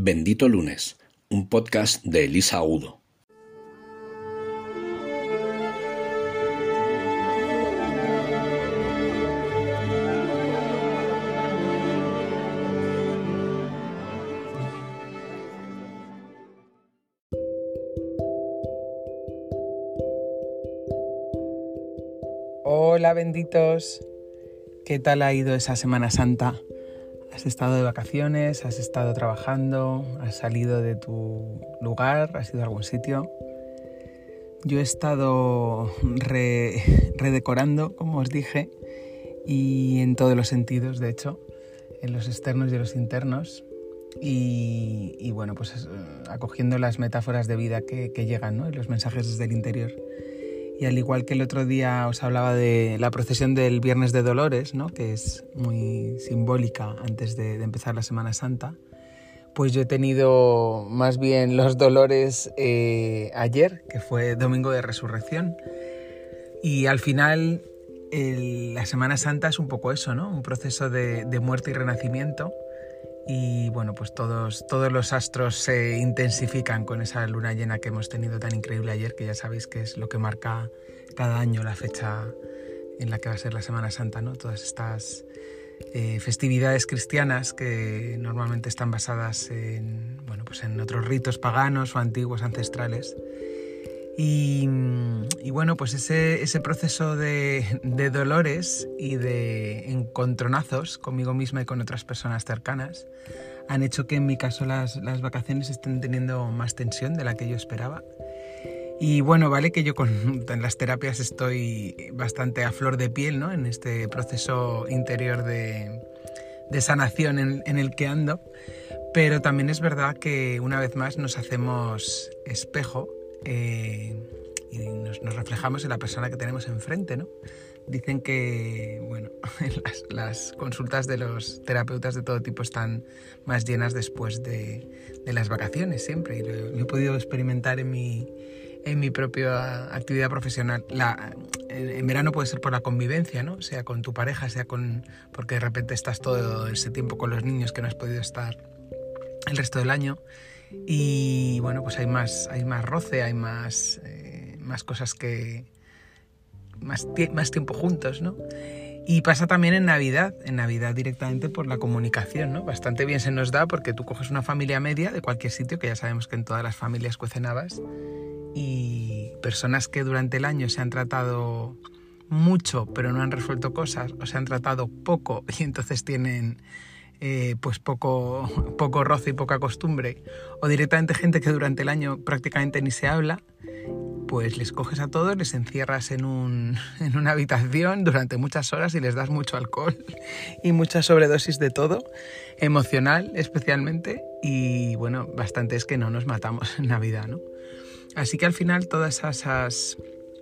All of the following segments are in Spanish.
Bendito Lunes, un podcast de Elisa Agudo. Hola benditos, ¿qué tal ha ido esa Semana Santa? ¿Has estado de vacaciones? ¿Has estado trabajando? ¿Has salido de tu lugar? ¿Has ido a algún sitio? Yo he estado redecorando, como os dije, y en todos los sentidos, de hecho, en los externos y en los internos, y bueno, pues acogiendo las metáforas de vida que llegan, ¿no? Y los mensajes desde el interior. Y al igual que el otro día os hablaba de la procesión del Viernes de Dolores, ¿no? Que es muy simbólica antes de empezar la Semana Santa, pues yo he tenido más bien los dolores ayer, que fue Domingo de Resurrección. Y al final la Semana Santa es un poco eso, ¿no? Un proceso de muerte y renacimiento. Y bueno, pues todos los astros se intensifican con esa luna llena que hemos tenido tan increíble ayer, que ya sabéis que es lo que marca cada año la fecha en la que va a ser la Semana Santa, ¿no? Todas estas festividades cristianas que normalmente están basadas en, bueno, pues en otros ritos paganos o antiguos ancestrales. Y bueno, pues ese proceso de dolores y de encontronazos conmigo misma y con otras personas cercanas han hecho que en mi caso las vacaciones estén teniendo más tensión de la que yo esperaba. Y bueno, vale que yo en las terapias estoy bastante a flor de piel, ¿no? En este proceso interior de sanación en el que ando, pero también es verdad que una vez más nos hacemos espejo y nos reflejamos en la persona que tenemos enfrente, ¿no? Dicen que, bueno, las consultas de los terapeutas de todo tipo están más llenas después de las vacaciones siempre, y lo he podido experimentar en mi propia actividad profesional. En verano puede ser por la convivencia, ¿no? Sea con tu pareja, sea porque de repente estás todo ese tiempo con los niños que no has podido estar el resto del año. Y bueno, pues hay más roce, hay más cosas más tiempo juntos, ¿no? Y pasa también en Navidad directamente por la comunicación, ¿no? Bastante bien se nos da porque tú coges una familia media de cualquier sitio, que ya sabemos que en todas las familias cuecen habas, y personas que durante el año se han tratado mucho pero no han resuelto cosas, o se han tratado poco y entonces tienen pues poco roce y poca costumbre, o directamente gente que durante el año prácticamente ni se habla, pues les coges a todos, les encierras en una habitación durante muchas horas y les das mucho alcohol y mucha sobredosis de todo, emocional especialmente, y bueno, bastante es que no nos matamos en Navidad, ¿no? Así que al final todas esas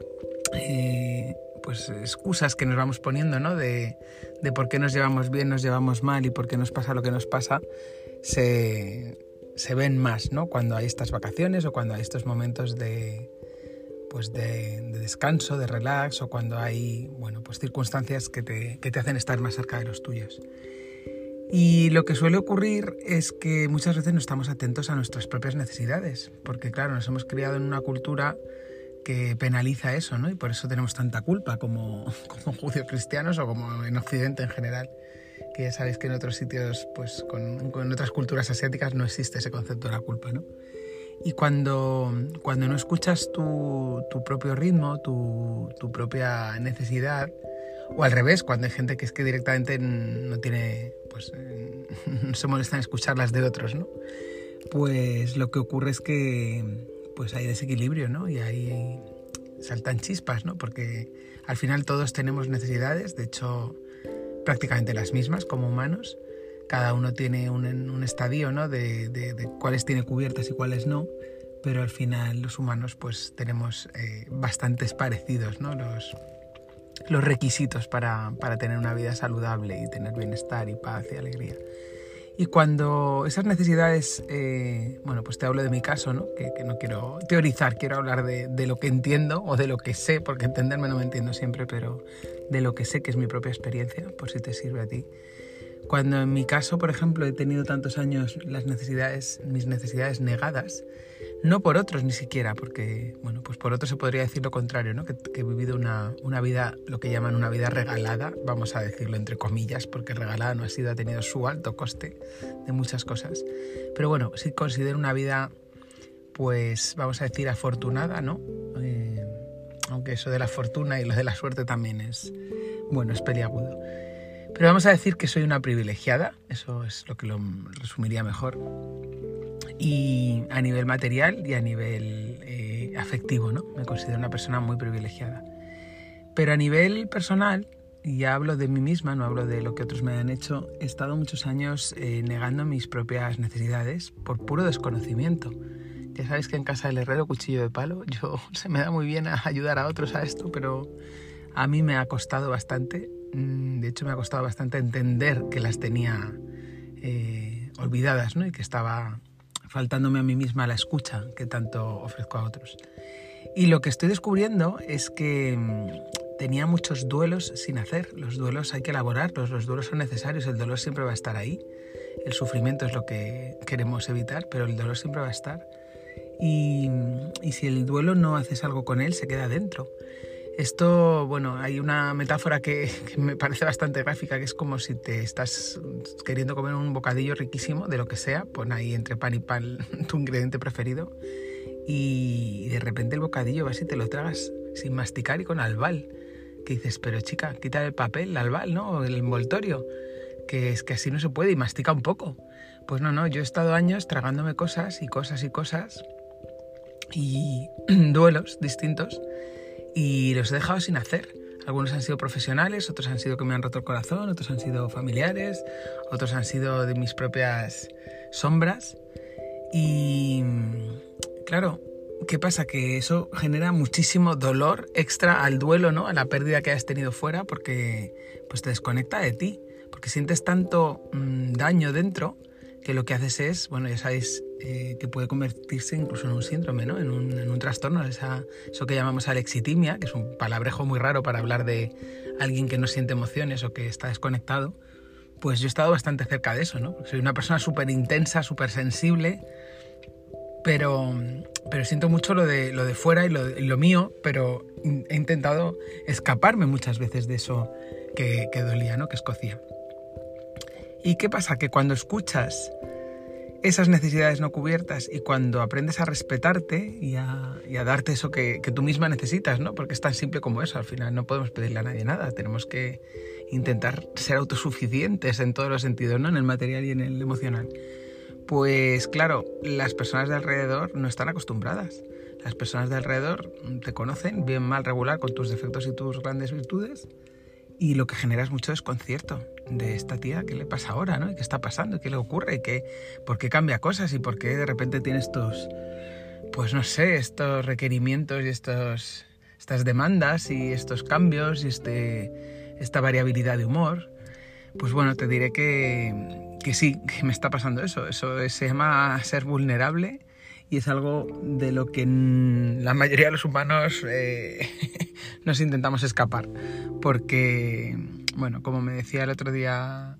pues excusas que nos vamos poniendo, ¿no? De por qué nos llevamos bien, nos llevamos mal y por qué nos pasa lo que nos pasa, se ven más, ¿no? Cuando hay estas vacaciones o cuando hay estos momentos de descanso, de relax, o cuando hay, bueno, pues circunstancias que te hacen estar más cerca de los tuyos. Y lo que suele ocurrir es que muchas veces no estamos atentos a nuestras propias necesidades, porque claro, nos hemos criado en una cultura que penaliza eso, ¿no? Y por eso tenemos tanta culpa como judio-cristianos o como en Occidente en general, que ya sabéis que en otros sitios, pues con otras culturas asiáticas no existe ese concepto de la culpa, ¿no? Y cuando no escuchas tu propio ritmo, tu propia necesidad, o al revés, cuando hay gente que es que directamente no tiene, pues no se molesta en escuchar las de otros, ¿no? Pues lo que ocurre es que pues hay desequilibrio, ¿no? Y ahí saltan chispas, ¿no? Porque al final todos tenemos necesidades, de hecho prácticamente las mismas como humanos. Cada uno tiene un estadio, ¿no? de cuáles tiene cubiertas y cuáles no, pero al final los humanos pues tenemos bastantes parecidos, ¿no? Los requisitos para tener una vida saludable y tener bienestar y paz y alegría. Y cuando esas necesidades, bueno, pues te hablo de mi caso, ¿no? Que no quiero teorizar, quiero hablar de lo que entiendo o de lo que sé, porque entenderme no me entiendo siempre, pero de lo que sé, que es mi propia experiencia, por si te sirve a ti. Cuando en mi caso, por ejemplo, he tenido tantos años mis necesidades negadas, no por otros ni siquiera, porque, bueno, pues por otros se podría decir lo contrario, ¿no? Que he vivido una vida, lo que llaman una vida regalada, vamos a decirlo entre comillas, porque regalada no ha sido, ha tenido su alto coste de muchas cosas. Pero bueno, sí considero una vida, pues vamos a decir afortunada, ¿no? Aunque eso de la fortuna y lo de la suerte también es peliagudo. Pero vamos a decir que soy una privilegiada, eso es lo que lo resumiría mejor. Y a nivel material y a nivel afectivo, ¿no? Me considero una persona muy privilegiada. Pero a nivel personal, y ya hablo de mí misma, no hablo de lo que otros me han hecho, he estado muchos años negando mis propias necesidades por puro desconocimiento. Ya sabéis que en casa del herrero cuchillo de palo, se me da muy bien ayudar a otros a esto, pero a mí me ha costado bastante. De hecho, me ha costado bastante entender que las tenía olvidadas, ¿no? Y que estaba faltándome a mí misma la escucha que tanto ofrezco a otros. Y lo que estoy descubriendo es que tenía muchos duelos sin hacer. Los duelos hay que elaborarlos, los duelos son necesarios, el dolor siempre va a estar ahí. El sufrimiento es lo que queremos evitar, pero el dolor siempre va a estar. Y si el duelo no haces algo con él, se queda dentro. Esto, bueno, hay una metáfora que me parece bastante gráfica, que es como si te estás queriendo comer un bocadillo riquísimo, de lo que sea, pon ahí entre pan y pan tu ingrediente preferido, y de repente el bocadillo vas y te lo tragas sin masticar y con albal. Que dices, pero chica, quita el papel, el albal, ¿no? O el envoltorio, que es que así no se puede, y mastica un poco. Pues no, yo he estado años tragándome cosas y cosas y cosas, y duelos distintos, y los he dejado sin hacer. Algunos han sido profesionales, otros han sido que me han roto el corazón, otros han sido familiares, otros han sido de mis propias sombras. Y claro, ¿qué pasa? Que eso genera muchísimo dolor extra al duelo, ¿no? A la pérdida que has tenido fuera, porque pues te desconecta de ti, porque sientes tanto daño dentro que lo que haces es, bueno, ya sabéis que puede convertirse incluso en un síndrome, ¿no? En un trastorno, eso que llamamos alexitimia, que es un palabrejo muy raro para hablar de alguien que no siente emociones o que está desconectado. Pues yo he estado bastante cerca de eso, ¿no? Soy una persona súper intensa, súper sensible, pero siento mucho lo de fuera y lo mío, pero he intentado escaparme muchas veces de eso que dolía, ¿no? Que escocía. ¿Y qué pasa? Que cuando escuchas esas necesidades no cubiertas y cuando aprendes a respetarte y a darte eso que tú misma necesitas, ¿no? Porque es tan simple como eso, al final no podemos pedirle a nadie nada, tenemos que intentar ser autosuficientes en todos los sentidos, ¿no? En el material y en el emocional. Pues claro, las personas de alrededor no están acostumbradas. Las personas de alrededor te conocen, bien, mal, regular, con tus defectos y tus grandes virtudes, y lo que genera es mucho desconcierto de esta tía, ¿qué le pasa ahora, ¿no? ¿Y qué está pasando? ¿Y qué le ocurre? ¿Por qué cambia cosas? ¿Y por qué de repente tiene estos, pues no sé, estos requerimientos y estas demandas y estos cambios y esta variabilidad de humor? Pues bueno, te diré que sí, que me está pasando eso. Eso se llama ser vulnerable y es algo de lo que la mayoría de los humanos nos intentamos escapar. Porque, bueno, como me decía el otro día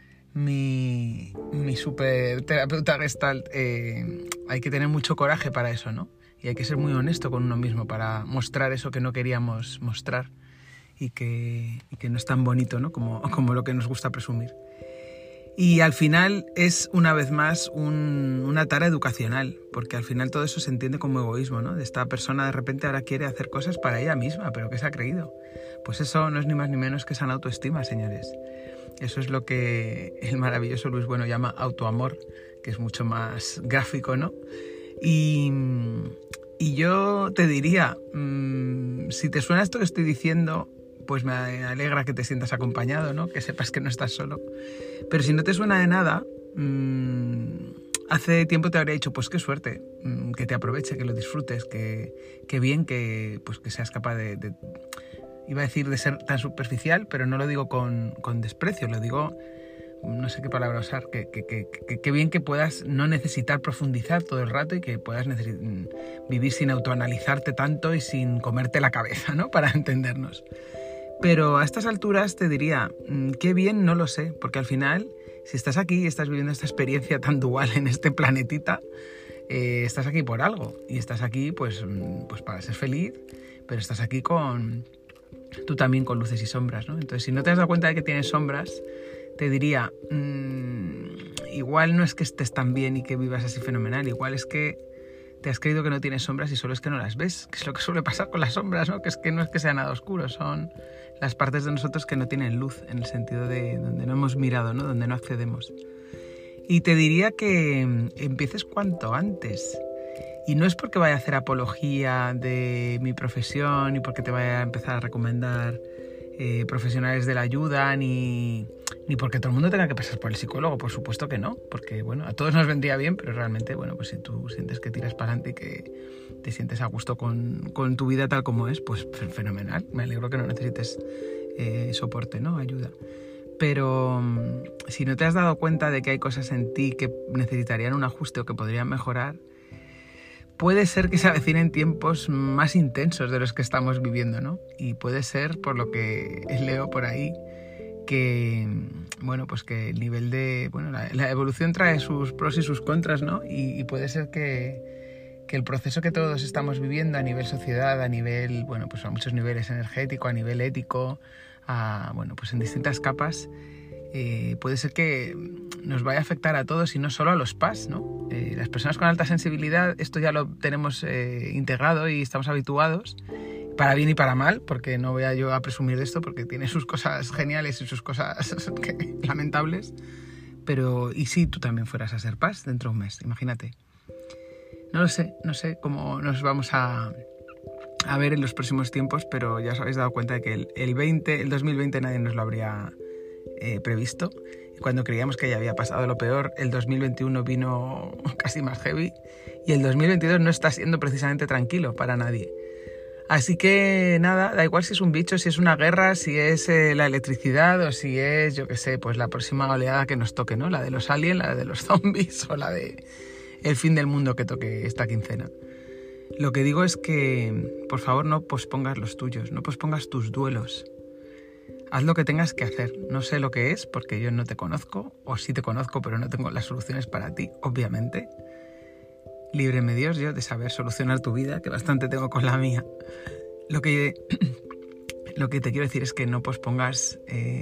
mi super terapeuta Gestalt, hay que tener mucho coraje para eso, ¿no? Y hay que ser muy honesto con uno mismo para mostrar eso que no queríamos mostrar y que no es tan bonito, ¿no? como lo que nos gusta presumir. Y al final es, una vez más, una tarea educacional, porque al final todo eso se entiende como egoísmo, ¿no? De esta persona de repente ahora quiere hacer cosas para ella misma, pero ¿qué se ha creído? Pues eso no es ni más ni menos que sana autoestima, señores. Eso es lo que el maravilloso Luis Bueno llama autoamor, que es mucho más gráfico, ¿no? Y yo te diría, si te suena esto que estoy diciendo, pues me alegra que te sientas acompañado, ¿no? Que sepas que no estás solo. Pero si no te suena de nada, hace tiempo te habría dicho, pues qué suerte, que te aproveche, que lo disfrutes, que bien que seas capaz de iba a decir de ser tan superficial, pero no lo digo con desprecio, lo digo, no sé qué palabra usar, que bien que puedas no necesitar profundizar todo el rato y que puedas vivir sin autoanalizarte tanto y sin comerte la cabeza, ¿no? Para entendernos. Pero a estas alturas te diría, qué bien, no lo sé, porque al final, si estás aquí y estás viviendo esta experiencia tan dual en este planetita, estás aquí por algo. Y estás aquí pues para ser feliz, pero estás aquí tú también con luces y sombras, ¿no? Entonces, si no te has dado cuenta de que tienes sombras, te diría, igual no es que estés tan bien y que vivas así fenomenal, igual es que te has creído que no tienes sombras y solo es que no las ves, que es lo que suele pasar con las sombras, ¿no? Que no es que sea nada oscuro, son las partes de nosotros que no tienen luz, en el sentido de donde no hemos mirado, ¿no? Donde no accedemos. Y te diría que empieces cuanto antes. Y no es porque vaya a hacer apología de mi profesión, ni porque te vaya a empezar a recomendar profesionales de la ayuda, ni porque todo el mundo tenga que pasar por el psicólogo, por supuesto que no, porque bueno, a todos nos vendría bien, pero realmente, bueno, pues si tú sientes que tiras para adelante y que te sientes a gusto con tu vida tal como es, pues fenomenal, me alegro que no necesites soporte, ¿no? Ayuda. Pero si no te has dado cuenta de que hay cosas en ti que necesitarían un ajuste o que podrían mejorar, puede ser que se avecinen tiempos más intensos de los que estamos viviendo, ¿no? Y puede ser, por lo que leo por ahí, que, bueno, pues que el nivel de... Bueno, la evolución trae sus pros y sus contras, ¿no? Y puede ser que el proceso que todos estamos viviendo a nivel sociedad, a nivel, bueno, pues a muchos niveles, energético, a nivel ético, bueno, pues en distintas capas, puede ser que nos vaya a afectar a todos y no solo a los PAS, ¿no? Las personas con alta sensibilidad, esto ya lo tenemos integrado y estamos habituados, para bien y para mal, porque no voy yo a presumir de esto, porque tiene sus cosas geniales y sus cosas lamentables, pero ¿y si tú también fueras a ser PAS dentro de un mes? Imagínate. No sé cómo nos vamos a ver en los próximos tiempos, pero ya os habéis dado cuenta de que el 2020 nadie nos lo habría previsto. Y cuando creíamos que ya había pasado lo peor, el 2021 vino casi más heavy y el 2022 no está siendo precisamente tranquilo para nadie. Así que nada, da igual si es un bicho, si es una guerra, si es la electricidad o si es, yo qué sé, pues la próxima oleada que nos toque, ¿no? La de los aliens, la de los zombies o la de el fin del mundo que toque esta quincena. Lo que digo es que, por favor, no pospongas los tuyos, no pospongas tus duelos. Haz lo que tengas que hacer. No sé lo que es porque yo no te conozco, o sí te conozco pero no tengo las soluciones para ti, obviamente. Líbreme Dios yo de saber solucionar tu vida, que bastante tengo con la mía. Lo que te quiero decir es que no pospongas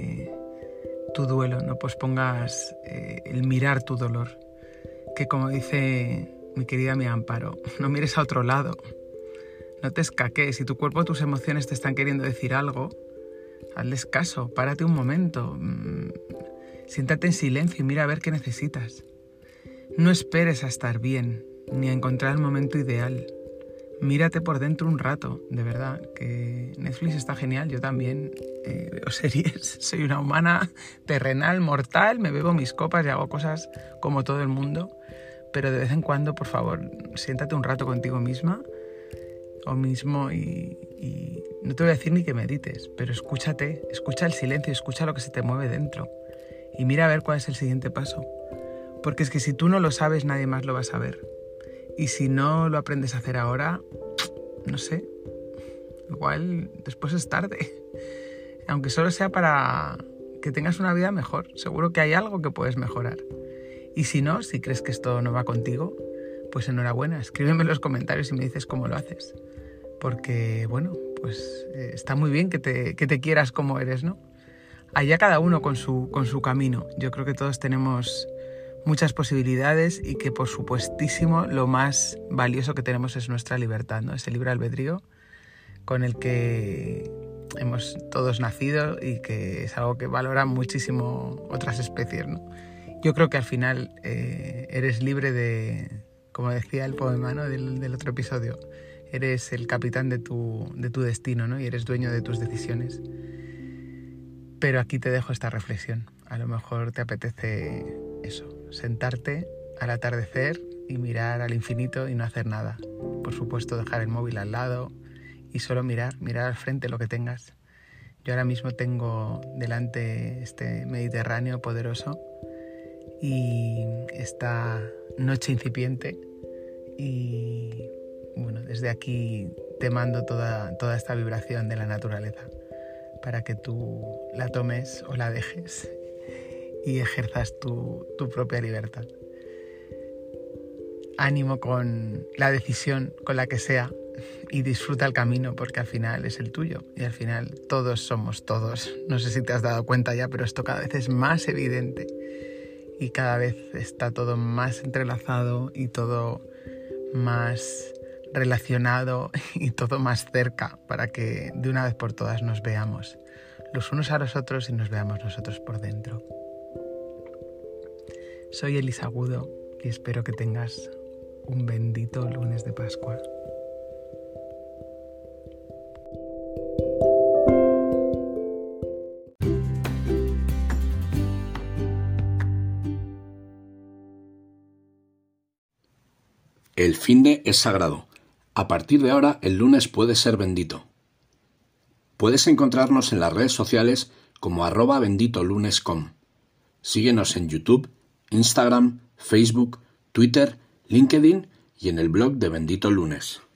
tu duelo, no pospongas el mirar tu dolor. Que como dice mi querida mi Amparo, no mires a otro lado, no te escaques. Si tu cuerpo o tus emociones te están queriendo decir algo, hazles caso, párate un momento, siéntate en silencio y mira a ver qué necesitas. No esperes a estar bien, ni a encontrar el momento ideal. Mírate por dentro un rato, de verdad, que Netflix está genial, yo también veo series, soy una humana terrenal, mortal, me bebo mis copas y hago cosas como todo el mundo, pero de vez en cuando, por favor, siéntate un rato contigo misma o mismo y no te voy a decir ni que medites, pero escúchate, escucha el silencio, escucha lo que se te mueve dentro y mira a ver cuál es el siguiente paso, porque es que si tú no lo sabes, nadie más lo va a saber. Y si no lo aprendes a hacer ahora, no sé, igual después es tarde. Aunque solo sea para que tengas una vida mejor, seguro que hay algo que puedes mejorar. Y si no, si crees que esto no va contigo, pues enhorabuena, escríbeme en los comentarios y me dices cómo lo haces. Porque, bueno, pues está muy bien que te quieras como eres, ¿no? Allá cada uno con su camino. Yo creo que todos tenemos muchas posibilidades y que por supuestísimo lo más valioso que tenemos es nuestra libertad, ¿no? Ese libre albedrío con el que hemos todos nacido y que es algo que valoran muchísimo otras especies, ¿no? Yo creo que al final eres libre de, como decía el poema, ¿no? del otro episodio, eres el capitán de tu destino, ¿no? Y eres dueño de tus decisiones. Pero aquí te dejo esta reflexión. A lo mejor te apetece eso, sentarte al atardecer y mirar al infinito y no hacer nada. Por supuesto, dejar el móvil al lado y solo mirar al frente lo que tengas. Yo ahora mismo tengo delante este Mediterráneo poderoso y esta noche incipiente y bueno, desde aquí te mando toda esta vibración de la naturaleza para que tú la tomes o la dejes y ejerzas tu propia libertad. Ánimo con la decisión, con la que sea, y disfruta el camino, porque al final es el tuyo y al final todos somos todos. No sé si te has dado cuenta ya, pero esto cada vez es más evidente y cada vez está todo más entrelazado y todo más relacionado y todo más cerca, para que de una vez por todas nos veamos los unos a los otros y nos veamos nosotros por dentro. Soy Elisa Agudo y espero que tengas un bendito lunes de Pascua. El finde es sagrado. A partir de ahora, el lunes puede ser bendito. Puedes encontrarnos en las redes sociales como @benditolunes.com. Síguenos en YouTube, Instagram, Facebook, Twitter, LinkedIn y en el blog de Bendito Lunes.